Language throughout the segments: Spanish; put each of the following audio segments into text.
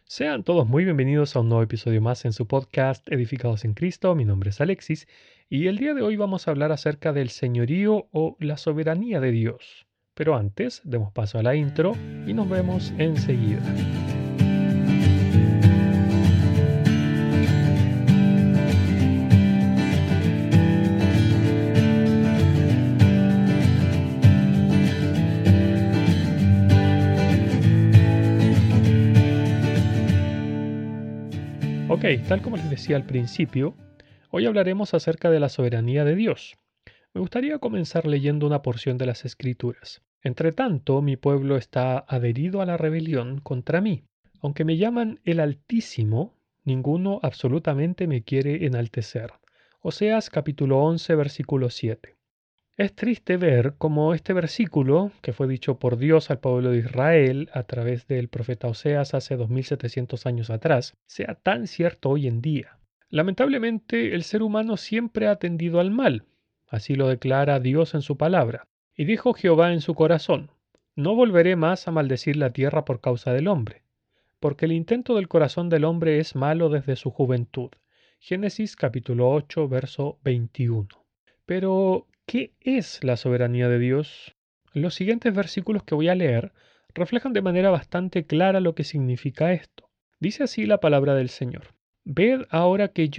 Sean todos muy bienvenidos a un nuevo episodio más en su podcast Edificados en Cristo. Mi nombre es Alexis y el día de hoy vamos a hablar acerca del señorío o la soberanía de Dios. Pero antes, demos paso a la intro y nos vemos enseguida. Ok, tal como les decía al principio, hoy hablaremos acerca de la soberanía de Dios. Me gustaría comenzar leyendo una porción de las Escrituras. Entre tanto, mi pueblo está adherido a la rebelión contra mí. Aunque me llaman el Altísimo, ninguno absolutamente me quiere enaltecer. Oseas capítulo 11, versículo 7. Es triste ver cómo este versículo, que fue dicho por Dios al pueblo de Israel a través del profeta Oseas hace 2700 años atrás, sea tan cierto hoy en día. Lamentablemente, el ser humano siempre ha tendido al mal. Así lo declara Dios en su palabra. Y dijo Jehová en su corazón: No volveré más a maldecir la tierra por causa del hombre, porque el intento del corazón del hombre es malo desde su juventud. Génesis capítulo 8, verso 21. Pero, ¿qué es la soberanía de Dios? Los siguientes versículos que voy a leer reflejan de manera bastante clara lo que significa esto. Dice así la palabra del Señor: Ved ahora que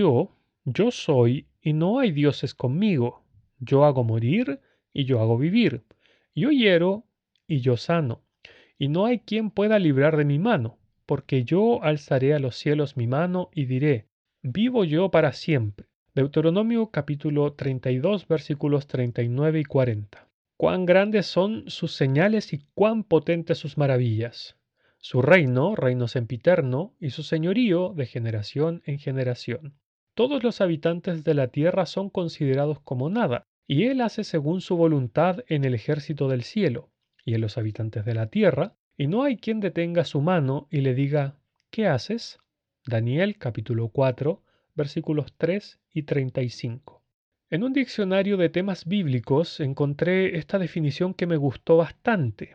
yo soy, y no hay dioses conmigo. Yo hago morir, y yo hago vivir. Yo hiero, y yo sano. Y no hay quien pueda librar de mi mano, porque yo alzaré a los cielos mi mano y diré: Vivo yo para siempre. Deuteronomio capítulo 32 versículos 39 y 40. Cuán grandes son sus señales y cuán potentes sus maravillas. Su reino, reino sempiterno, y su señorío de generación en generación. Todos los habitantes de la tierra son considerados como nada, y él hace según su voluntad en el ejército del cielo, y en los habitantes de la tierra, y no hay quien detenga su mano y le diga: ¿qué haces? Daniel capítulo 4 versículos 3 y 35. En un diccionario de temas bíblicos encontré esta definición que me gustó bastante.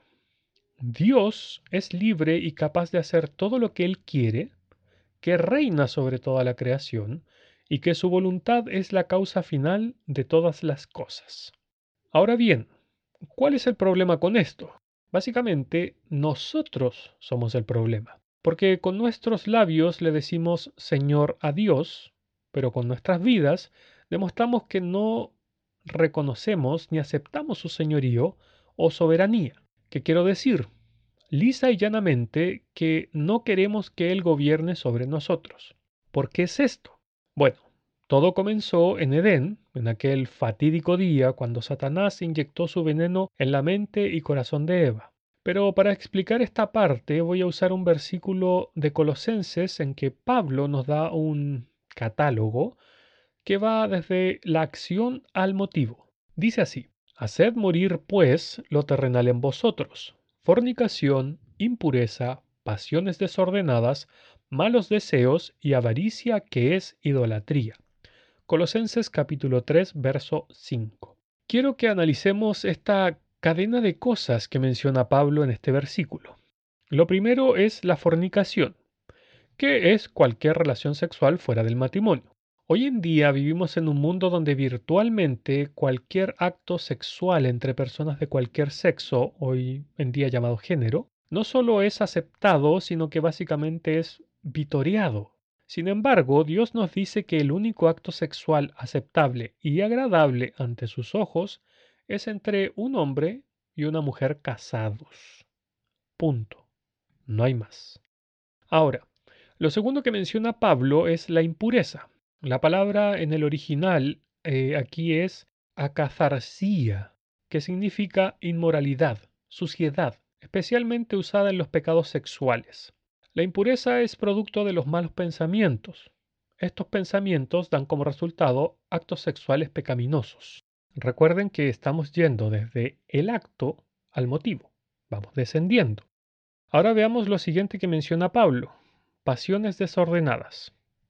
Dios es libre y capaz de hacer todo lo que Él quiere, que reina sobre toda la creación y que su voluntad es la causa final de todas las cosas. Ahora bien, ¿cuál es el problema con esto? Básicamente, nosotros somos el problema, porque con nuestros labios le decimos Señor a Dios, pero con nuestras vidas demostramos que no reconocemos ni aceptamos su señorío o soberanía. ¿Qué quiero decir? Lisa y llanamente que no queremos que Él gobierne sobre nosotros. ¿Por qué es esto? Bueno, todo comenzó en Edén, en aquel fatídico día cuando Satanás inyectó su veneno en la mente y corazón de Eva. Pero para explicar esta parte voy a usar un versículo de Colosenses en que Pablo nos da un catálogo que va desde la acción al motivo. Dice así: Haced morir pues lo terrenal en vosotros: fornicación, impureza, pasiones desordenadas, malos deseos y avaricia, que es idolatría. Colosenses capítulo 3, verso 5. Quiero que analicemos esta cadena de cosas que menciona Pablo en este versículo. Lo primero es la fornicación, que es cualquier relación sexual fuera del matrimonio. Hoy en día vivimos en un mundo donde virtualmente cualquier acto sexual entre personas de cualquier sexo, hoy en día llamado género, no solo es aceptado, sino que básicamente es vitoreado. Sin embargo, Dios nos dice que el único acto sexual aceptable y agradable ante sus ojos es entre un hombre y una mujer casados. Punto. No hay más. Ahora, lo segundo que menciona Pablo es la impureza. La palabra en el original aquí es acatharsia, que significa inmoralidad, suciedad, especialmente usada en los pecados sexuales. La impureza es producto de los malos pensamientos. Estos pensamientos dan como resultado actos sexuales pecaminosos. Recuerden que estamos yendo desde el acto al motivo. Vamos descendiendo. Ahora veamos lo siguiente que menciona Pablo: pasiones desordenadas.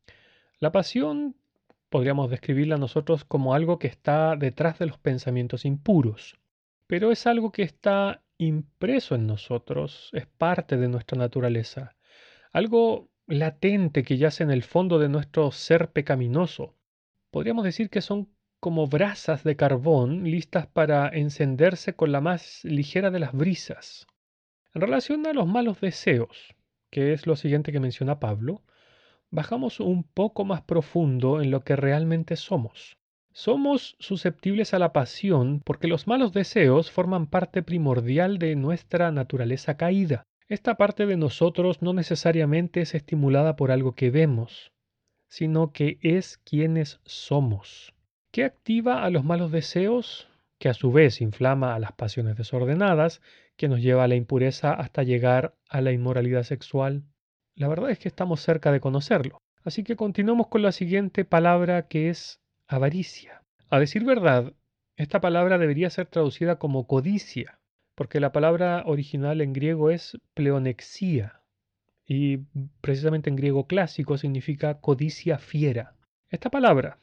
La pasión podríamos describirla nosotros como algo que está detrás de los pensamientos impuros, pero es algo que está impreso en nosotros, es parte de nuestra naturaleza, algo latente que yace en el fondo de nuestro ser pecaminoso. Podríamos decir que son como brasas de carbón listas para encenderse con la más ligera de las brisas. En relación a los malos deseos, que es lo siguiente que menciona Pablo, bajamos un poco más profundo en lo que realmente somos. Somos susceptibles a la pasión porque los malos deseos forman parte primordial de nuestra naturaleza caída. Esta parte de nosotros no necesariamente es estimulada por algo que vemos, sino que es quienes somos. ¿Qué activa a los malos deseos? Que a su vez inflama a las pasiones desordenadas, que nos lleva a la impureza hasta llegar a la inmoralidad sexual. La verdad es que estamos cerca de conocerlo. Así que continuamos con la siguiente palabra que es avaricia. A decir verdad, esta palabra debería ser traducida como codicia, porque la palabra original en griego es pleonexia, y precisamente en griego clásico significa codicia fiera. Esta palabra,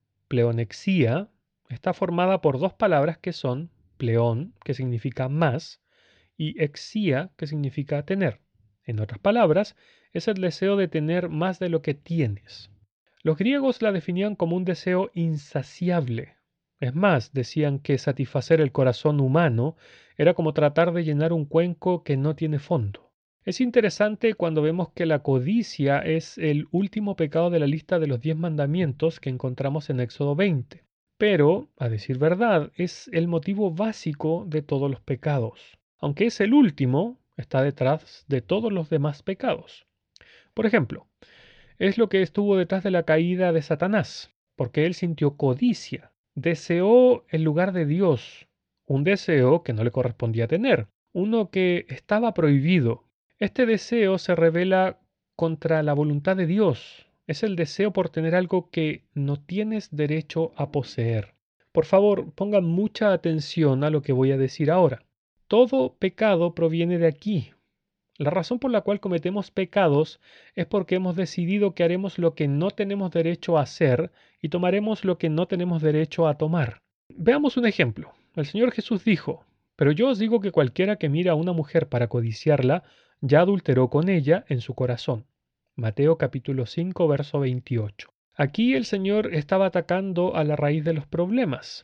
pleonexia, está formada por dos palabras que son pleón, que significa más, y exia, que significa tener. En otras palabras, es el deseo de tener más de lo que tienes. Los griegos la definían como un deseo insaciable. Es más, decían que satisfacer el corazón humano era como tratar de llenar un cuenco que no tiene fondo. Es interesante cuando vemos que la codicia es el último pecado de la lista de los 10 mandamientos que encontramos en Éxodo 20. Pero, a decir verdad, es el motivo básico de todos los pecados. Aunque es el último, está detrás de todos los demás pecados. Por ejemplo, es lo que estuvo detrás de la caída de Satanás, porque él sintió codicia, deseó el lugar de Dios, un deseo que no le correspondía tener, uno que estaba prohibido. Este deseo se revela contra la voluntad de Dios, es el deseo por tener algo que no tienes derecho a poseer. Por favor, pongan mucha atención a lo que voy a decir ahora. Todo pecado proviene de aquí. La razón por la cual cometemos pecados es porque hemos decidido que haremos lo que no tenemos derecho a hacer y tomaremos lo que no tenemos derecho a tomar. Veamos un ejemplo. El Señor Jesús dijo, pero yo os digo que cualquiera que mira a una mujer para codiciarla, ya adulteró con ella en su corazón. Mateo capítulo 5, verso 28. Aquí el Señor estaba atacando a la raíz de los problemas.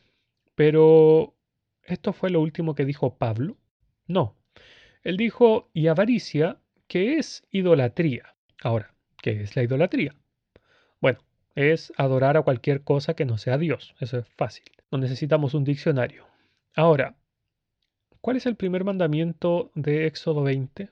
Pero, ¿esto fue lo último que dijo Pablo? No. Él dijo, y avaricia, que es idolatría. Ahora, ¿qué es la idolatría? Bueno, es adorar a cualquier cosa que no sea Dios. Eso es fácil. No necesitamos un diccionario. Ahora, ¿cuál es el primer mandamiento de Éxodo 20?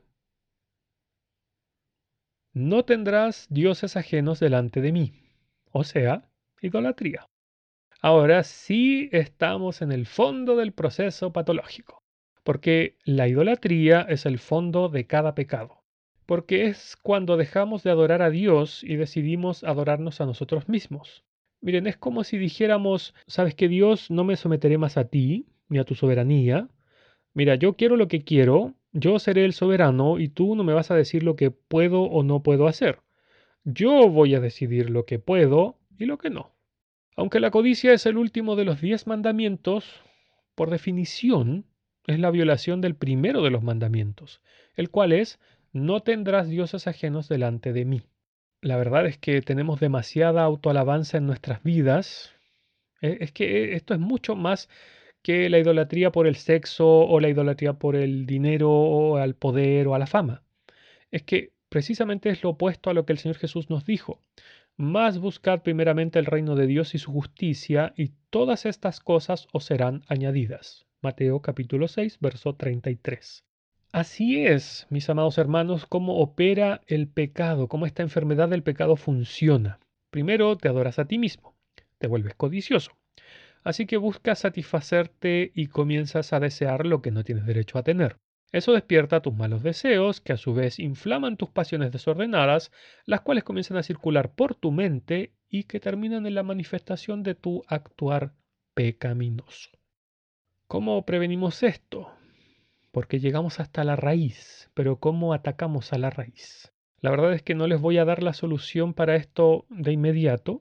No tendrás dioses ajenos delante de mí. O sea, idolatría. Ahora sí estamos en el fondo del proceso patológico, porque la idolatría es el fondo de cada pecado, porque es cuando dejamos de adorar a Dios y decidimos adorarnos a nosotros mismos. Miren, es como si dijéramos, sabes que Dios, no me someteré más a ti ni a tu soberanía. Mira, yo quiero lo que quiero, yo seré el soberano y tú no me vas a decir lo que puedo o no puedo hacer. Yo voy a decidir lo que puedo y lo que no. Aunque la codicia es el último de los 10 mandamientos, por definición es la violación del primero de los mandamientos, el cual es, no tendrás dioses ajenos delante de mí. La verdad es que tenemos demasiada autoalabanza en nuestras vidas. Es que esto es mucho más que la idolatría por el sexo o la idolatría por el dinero o al poder o a la fama. Es que precisamente es lo opuesto a lo que el Señor Jesús nos dijo. Más buscad primeramente el reino de Dios y su justicia, y todas estas cosas os serán añadidas. Mateo capítulo 6, verso 33. Así es, mis amados hermanos, cómo opera el pecado, cómo esta enfermedad del pecado funciona. Primero te adoras a ti mismo, te vuelves codicioso. Así que buscas satisfacerte y comienzas a desear lo que no tienes derecho a tener. Eso despierta tus malos deseos, que a su vez inflaman tus pasiones desordenadas, las cuales comienzan a circular por tu mente y que terminan en la manifestación de tu actuar pecaminoso. ¿Cómo prevenimos esto? Porque llegamos hasta la raíz, pero ¿cómo atacamos a la raíz? La verdad es que no les voy a dar la solución para esto de inmediato,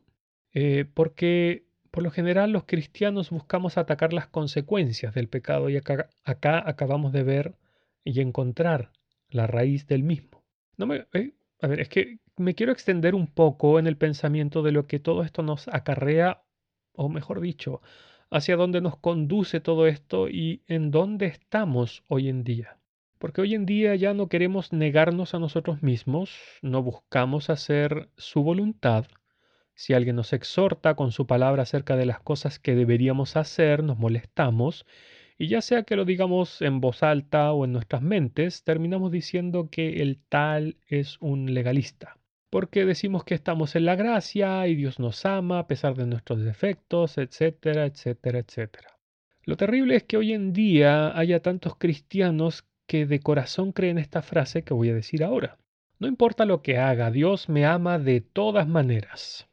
porque por lo general los cristianos buscamos atacar las consecuencias del pecado y acá acabamos de ver y encontrar la raíz del mismo. No me, A ver, es que me quiero extender un poco en el pensamiento de lo que todo esto nos acarrea, o mejor dicho, hacia dónde nos conduce todo esto y en dónde estamos hoy en día. Porque hoy en día ya no queremos negarnos a nosotros mismos, no buscamos hacer su voluntad. Si alguien nos exhorta con su palabra acerca de las cosas que deberíamos hacer, nos molestamos, y ya sea que lo digamos en voz alta o en nuestras mentes, terminamos diciendo que el tal es un legalista. Porque decimos que estamos en la gracia y Dios nos ama a pesar de nuestros defectos, etcétera, etcétera, etcétera. Lo terrible es que hoy en día haya tantos cristianos que de corazón creen esta frase que voy a decir ahora. No importa lo que haga, Dios me ama de todas maneras.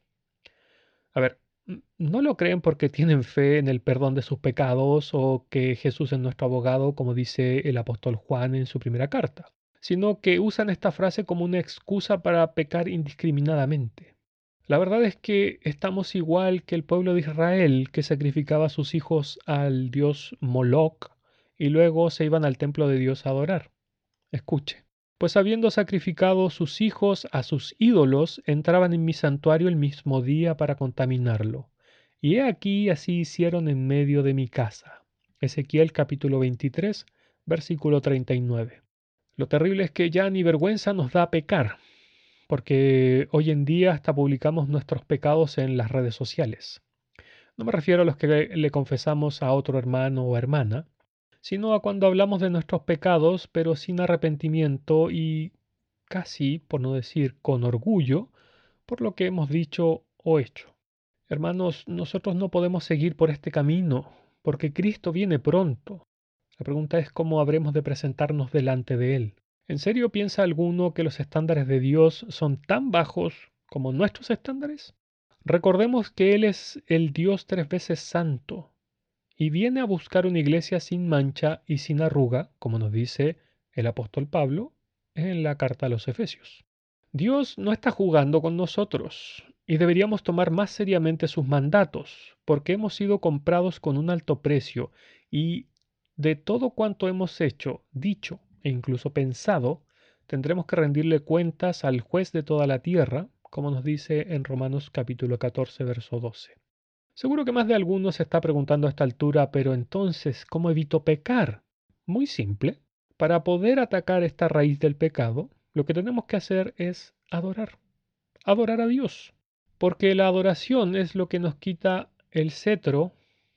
A ver, no lo creen porque tienen fe en el perdón de sus pecados o que Jesús es nuestro abogado, como dice el apóstol Juan en su primera carta, sino que usan esta frase como una excusa para pecar indiscriminadamente. La verdad es que estamos igual que el pueblo de Israel que sacrificaba a sus hijos al dios Moloch y luego se iban al templo de Dios a adorar. Escuche. Pues habiendo sacrificado sus hijos a sus ídolos, entraban en mi santuario el mismo día para contaminarlo. Y he aquí así hicieron en medio de mi casa. Ezequiel capítulo 23, versículo 39. Lo terrible es que ya ni vergüenza nos da pecar, porque hoy en día hasta publicamos nuestros pecados en las redes sociales. No me refiero a los que le confesamos a otro hermano o hermana, sino a cuando hablamos de nuestros pecados, pero sin arrepentimiento y casi, por no decir con orgullo, por lo que hemos dicho o hecho. Hermanos, nosotros no podemos seguir por este camino, porque Cristo viene pronto. La pregunta es cómo habremos de presentarnos delante de Él. ¿En serio piensa alguno que los estándares de Dios son tan bajos como nuestros estándares? Recordemos que Él es el Dios tres veces santo y viene a buscar una iglesia sin mancha y sin arruga, como nos dice el apóstol Pablo en la carta a los Efesios. Dios no está jugando con nosotros y deberíamos tomar más seriamente sus mandatos, porque hemos sido comprados con un alto precio y de todo cuanto hemos hecho, dicho e incluso pensado, tendremos que rendirle cuentas al juez de toda la tierra, como nos dice en Romanos capítulo 14, verso 12. Seguro que más de alguno se está preguntando a esta altura, pero entonces, ¿cómo evito pecar? Muy simple. Para poder atacar esta raíz del pecado, lo que tenemos que hacer es adorar. Adorar a Dios. Porque la adoración es lo que nos quita el cetro,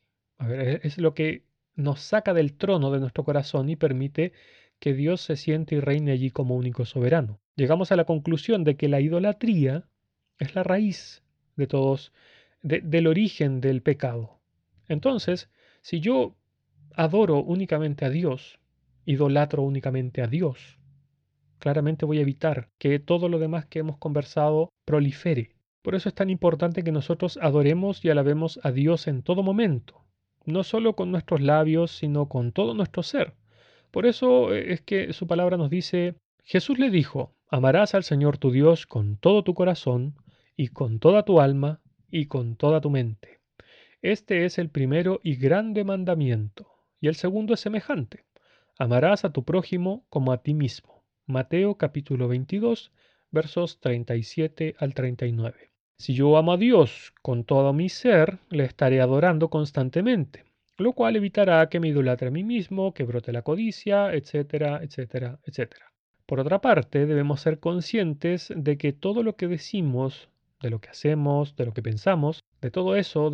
a ver, es lo que nos saca del trono de nuestro corazón y permite que Dios se siente y reine allí como único soberano. Llegamos a la conclusión de que la idolatría es la raíz de todos, del origen del pecado. Entonces, si yo adoro únicamente a Dios, idolatro únicamente a Dios, claramente voy a evitar que todo lo demás que hemos conversado prolifere. Por eso es tan importante que nosotros adoremos y alabemos a Dios en todo momento, no solo con nuestros labios, sino con todo nuestro ser. Por eso es que su palabra nos dice, Jesús le dijo, amarás al Señor tu Dios con todo tu corazón y con toda tu alma y con toda tu mente. Este es el primero y grande mandamiento, y el segundo es semejante. Amarás a tu prójimo como a ti mismo. Mateo capítulo 22, versos 37 al 39. Si yo amo a Dios con todo mi ser, le estaré adorando constantemente, lo cual evitará que me idolatre a mí mismo, que brote la codicia, etcétera, etcétera, etcétera. Por otra parte, debemos ser conscientes de que todo lo que decimos, de lo que hacemos, de lo que pensamos, de todo eso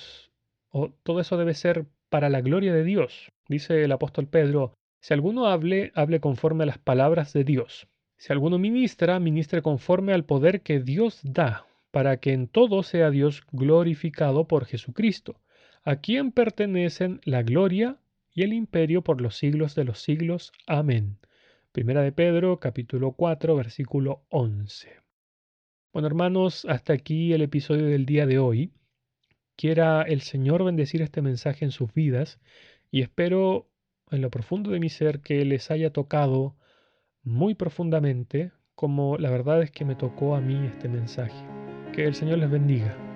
todo eso debe ser para la gloria de Dios. Dice el apóstol Pedro, si alguno hable, hable conforme a las palabras de Dios. Si alguno ministra, ministre conforme al poder que Dios da, para que en todo sea Dios glorificado por Jesucristo, a quien pertenecen la gloria y el imperio por los siglos de los siglos. Amén. Primera de Pedro, capítulo 4, versículo 11. Bueno, hermanos, hasta aquí el episodio del día de hoy. Quiera el Señor bendecir este mensaje en sus vidas y espero en lo profundo de mi ser que les haya tocado muy profundamente, como la verdad es que me tocó a mí este mensaje. Que el Señor les bendiga.